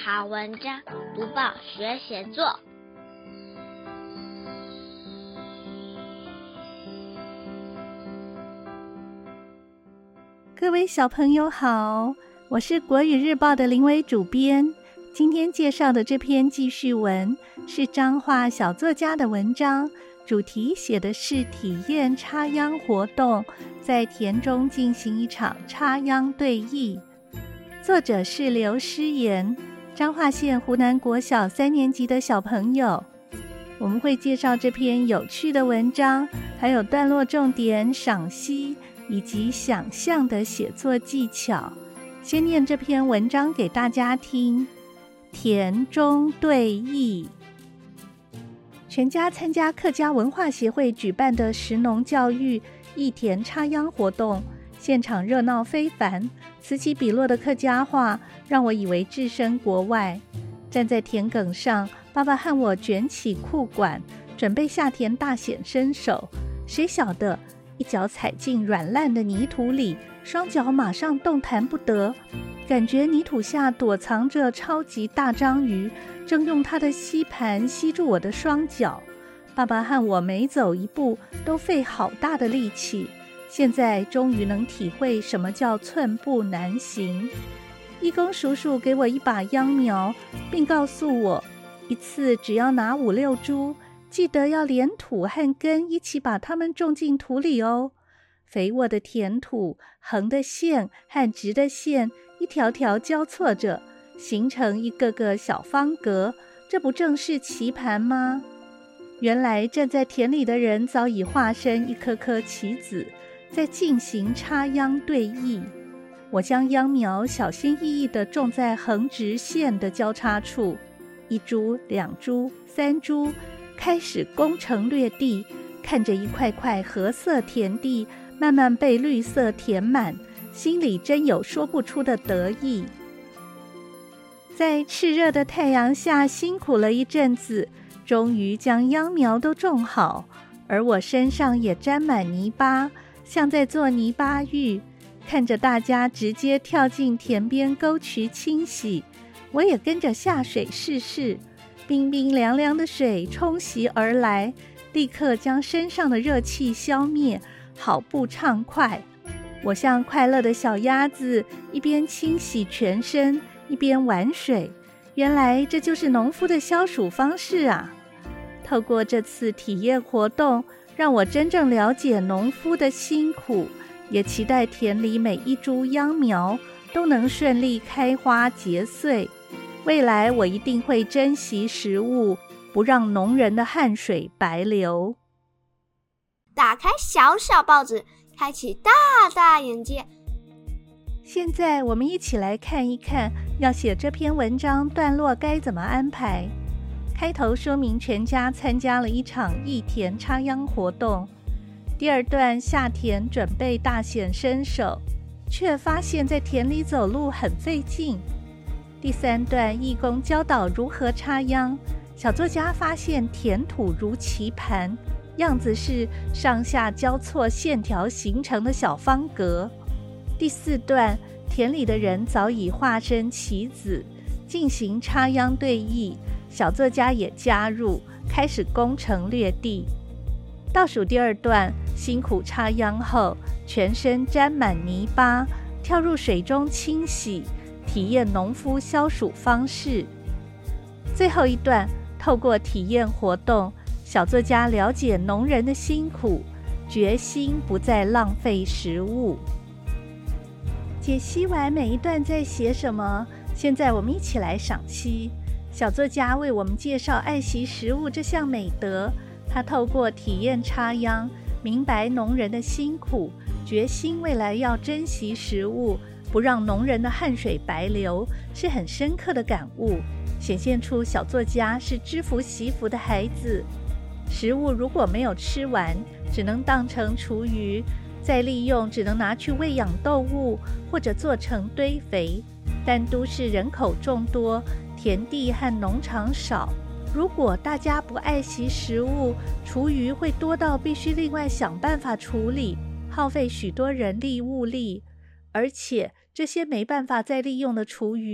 好文章，读报学写作。 各位小朋友好，我是国语日报的林伟主编。今天介绍的这篇记叙文是彰化小作家的文章，主题写的是体验插秧活动，在田中进行一场插秧对弈。作者是刘诗妍，彰化县湖南国小3年级的小朋友。我们会介绍这篇有趣的文章，还有段落重点赏析以及想象的写作技巧。先念这篇文章给大家听。田中对弈。全家参加客家文化协会举办的食农教育义田插秧活动，现场热闹非凡，此起彼落的客家话让我以为置身国外。站在田埂上，爸爸和我卷起裤管，准备下田大显身手。谁晓得一脚踩进软烂的泥土里，双脚马上动弹不得，感觉泥土下躲藏着超级大章鱼，正用它的吸盘吸住我的双脚。爸爸和我每走一步都费好大的力气，现在终于能体会什么叫寸步难行。义工叔叔给我一把秧苗，并告诉我，一次只要拿5-6株，记得要连土和根一起把它们种进土里哦。肥沃的田土，横的线和直的线一条条交错着，形成一个个小方格，这不正是棋盘吗？原来站在田里的人早已化身一颗颗棋子，在进行插秧对弈。我将秧苗小心翼翼地种在横直线的交叉处，1株、2株、3株，开始攻城略地，看着一块块褐色田地慢慢被绿色填满，心里真有说不出的得意。在炽热的太阳下辛苦了一阵子，终于将秧苗都种好，而我身上也沾满泥巴，像在做泥巴浴。看着大家直接跳进田边沟渠清洗，我也跟着下水试试。冰冰凉凉的水冲袭而来，立刻将身上的热气消灭，好不畅快。我像快乐的小鸭子，一边清洗全身，一边玩水。原来这就是农夫的消暑方式啊！透过这次体验活动，让我真正了解农夫的辛苦，也期待田里每一株秧苗都能顺利开花结穗。未来我一定会珍惜食物，不让农人的汗水白流。 打开小小报纸，开启大大眼界。 现在我们一起来看一看，要写这篇文章段落该怎么安排。开头说明全家参加了一场义田插秧活动。第2段下田准备大显身手，却发现在田里走路很费劲。第3段义工教导如何插秧，小作家发现田土如棋盘，样子是上下交错线条形成的小方格。第4段田里的人早已化身棋子，进行插秧对弈，小作家也加入，开始攻城略地。倒数第2段辛苦插秧后，全身沾满泥巴，跳入水中清洗，体验农夫消暑方式。最后一段透过体验活动，小作家了解农人的辛苦，决心不再浪费食物。解析完每一段在写什么，现在我们一起来赏析。小作家为我们介绍爱惜食物这项美德，他透过体验插秧，明白农人的辛苦，决心未来要珍惜食物，不让农人的汗水白流，是很深刻的感悟，显现出小作家是知福惜福的孩子。食物如果没有吃完，只能当成厨余，再利用只能拿去喂养动物，或者做成堆肥。但都市人口众多，田地和农场少，如果大家不爱惜食物，厨余会多到必须另外想办法处理，耗费许多人力物力。而且这些没办法再利用的厨余，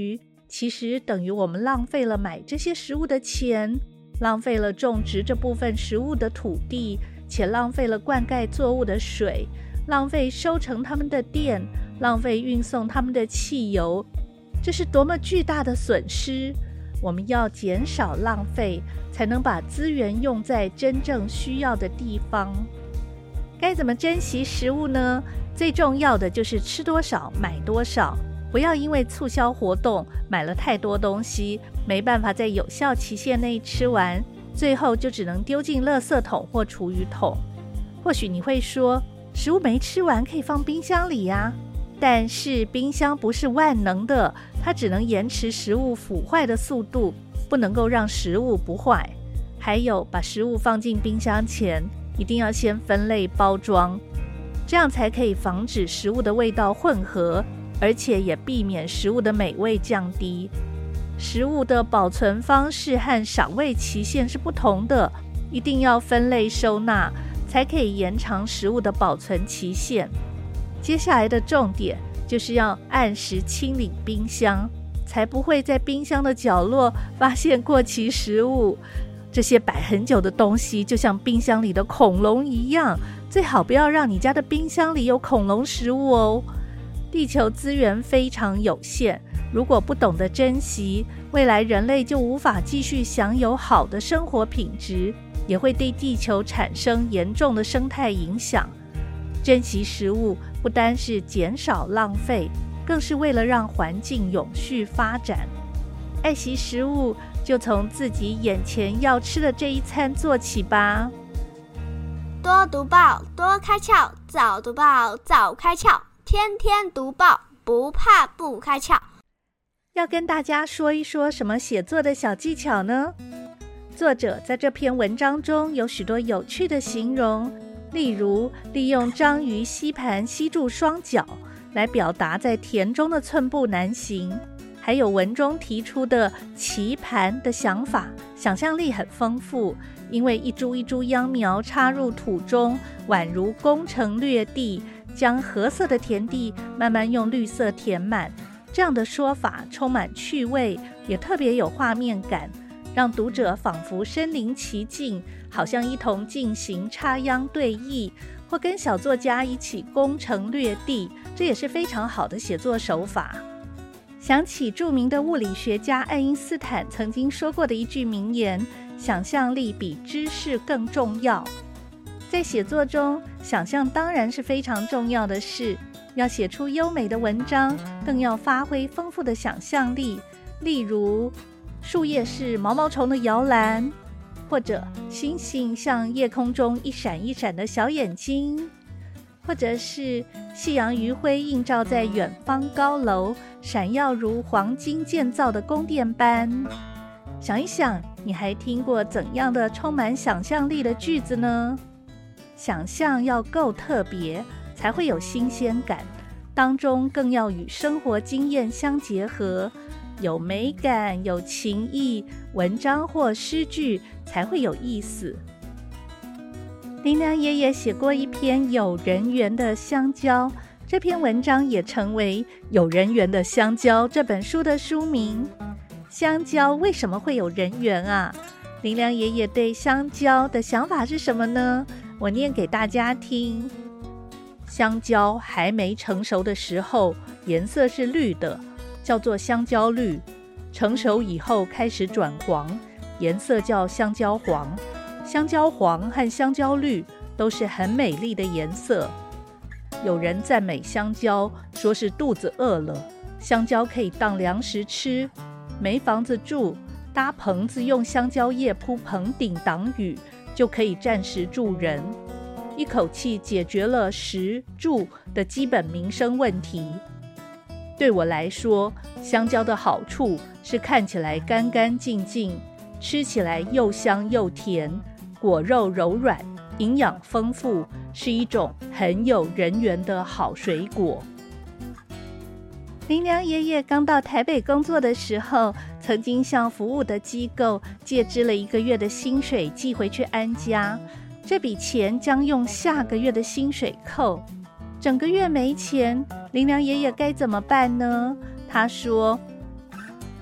其实等于我们浪费了买这些食物的钱，浪费了种植这部分食物的土地，且浪费了灌溉作物的水，浪费收成他们的电，浪费运送他们的汽油。这是多么巨大的损失！我们要减少浪费，才能把资源用在真正需要的地方。该怎么珍惜食物呢？最重要的就是吃多少买多少，不要因为促销活动买了太多东西，没办法在有效期限内吃完，最后就只能丢进垃圾桶或厨余桶。或许你会说，食物没吃完可以放冰箱里啊，但是冰箱不是万能的，它只能延迟食物腐坏的速度，不能够让食物不坏。还有，把食物放进冰箱前，一定要先分类包装，这样才可以防止食物的味道混合，而且也避免食物的美味降低。食物的保存方式和赏味期限是不同的，一定要分类收纳，才可以延长食物的保存期限。接下来的重点就是要按时清理冰箱，才不会在冰箱的角落发现过期食物。这些摆很久的东西就像冰箱里的恐龙一样，最好不要让你家的冰箱里有恐龙食物哦。地球资源非常有限，如果不懂得珍惜，未来人类就无法继续享有好的生活品质，也会对地球产生严重的生态影响。珍惜食物不单是减少浪费，更是为了让环境永续发展。爱惜食物，就从自己眼前要吃的这一餐做起吧。 多读报，多开窍；早读报，早开窍；天天读报，不怕不开窍。 要跟大家说一说什么写作的小技巧呢？作者在这篇文章中有许多有趣的形容，例如利用章鱼吸盘吸住双脚来表达在田中的寸步难行，还有文中提出的棋盘的想法，想象力很丰富，因为一株一株秧苗插入土中，宛如攻城略地，将褐色的田地慢慢用绿色填满。这样的说法充满趣味，也特别有画面感，让读者仿佛身临其境，好像一同进行插秧对弈，或跟小作家一起攻城略地，这也是非常好的写作手法。想起著名的物理学家爱因斯坦曾经说过的一句名言，想象力比知识更重要。在写作中，想象当然是非常重要的事，要写出优美的文章，更要发挥丰富的想象力。例如，树叶是毛毛虫的摇篮，或者星星像夜空中一闪一闪的小眼睛，或者是夕阳余晖映照在远方高楼，闪耀如黄金建造的宫殿般。想一想，你还听过怎样的充满想象力的句子呢？想象要够特别，才会有新鲜感，当中更要与生活经验相结合，有美感，有情意，文章或诗句才会有意思。林良爷爷写过一篇有人缘的香蕉，这篇文章也成为有人缘的香蕉这本书的书名。香蕉为什么会有人缘啊？林良爷爷对香蕉的想法是什么呢？我念给大家听。香蕉还没成熟的时候，颜色是绿的，叫做香蕉绿。成熟以后开始转黄，颜色叫香蕉黄。香蕉黄和香蕉绿都是很美丽的颜色。有人赞美香蕉，说是肚子饿了，香蕉可以当粮食吃；没房子住，搭棚子用香蕉叶铺棚顶挡雨，就可以暂时住人，一口气解决了食住的基本民生问题。对我来说，香蕉的好处是看起来干干净净，吃起来又香又甜，果肉柔软，营养丰富，是一种很有人缘的好水果。林良爷爷刚到台北工作的时候，曾经向服务的机构借支了1个月的薪水寄回去安家，这笔钱将用下个月的薪水扣。整个月没钱，林良爷爷该怎么办呢？他说：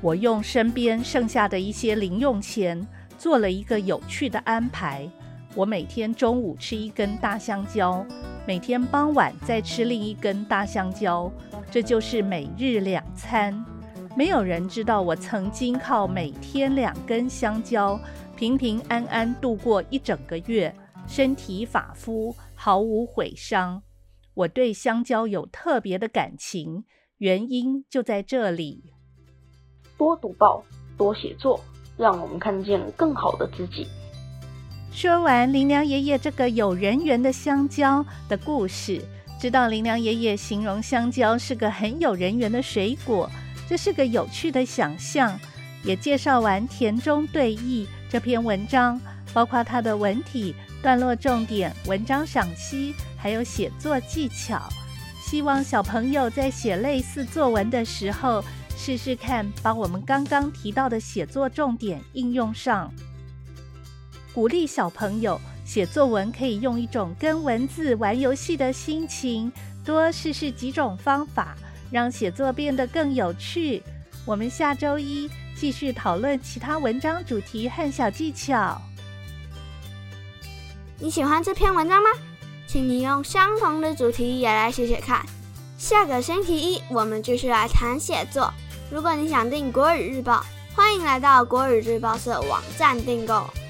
我用身边剩下的一些零用钱做了一个有趣的安排。我每天中午吃一根大香蕉，每天傍晚再吃另一根大香蕉，这就是每日2餐。没有人知道我曾经靠每天2根香蕉平平安安度过1整个月，身体发肤毫无毁伤。我对香蕉有特别的感情，原因就在这里。 多读报，多写作，让我们看见更好的自己。 说完林良爷爷这个有人缘的香蕉的故事，知道林良爷爷形容香蕉是个很有人缘的水果，这是个有趣的想象。也介绍完田中对弈这篇文章，包括它的文体、段落重点、文章赏析，还有写作技巧。希望小朋友在写类似作文的时候，试试看把我们刚刚提到的写作重点应用上。鼓励小朋友写作文可以用一种跟文字玩游戏的心情，多试试几种方法，让写作变得更有趣。我们下周1继续讨论其他文章主题和小技巧。 你喜欢这篇文章吗？请你用相同的主题也来写写看。下个星期1我们继续来谈写作。如果你想订国语日报，欢迎来到国语日报社网站订购。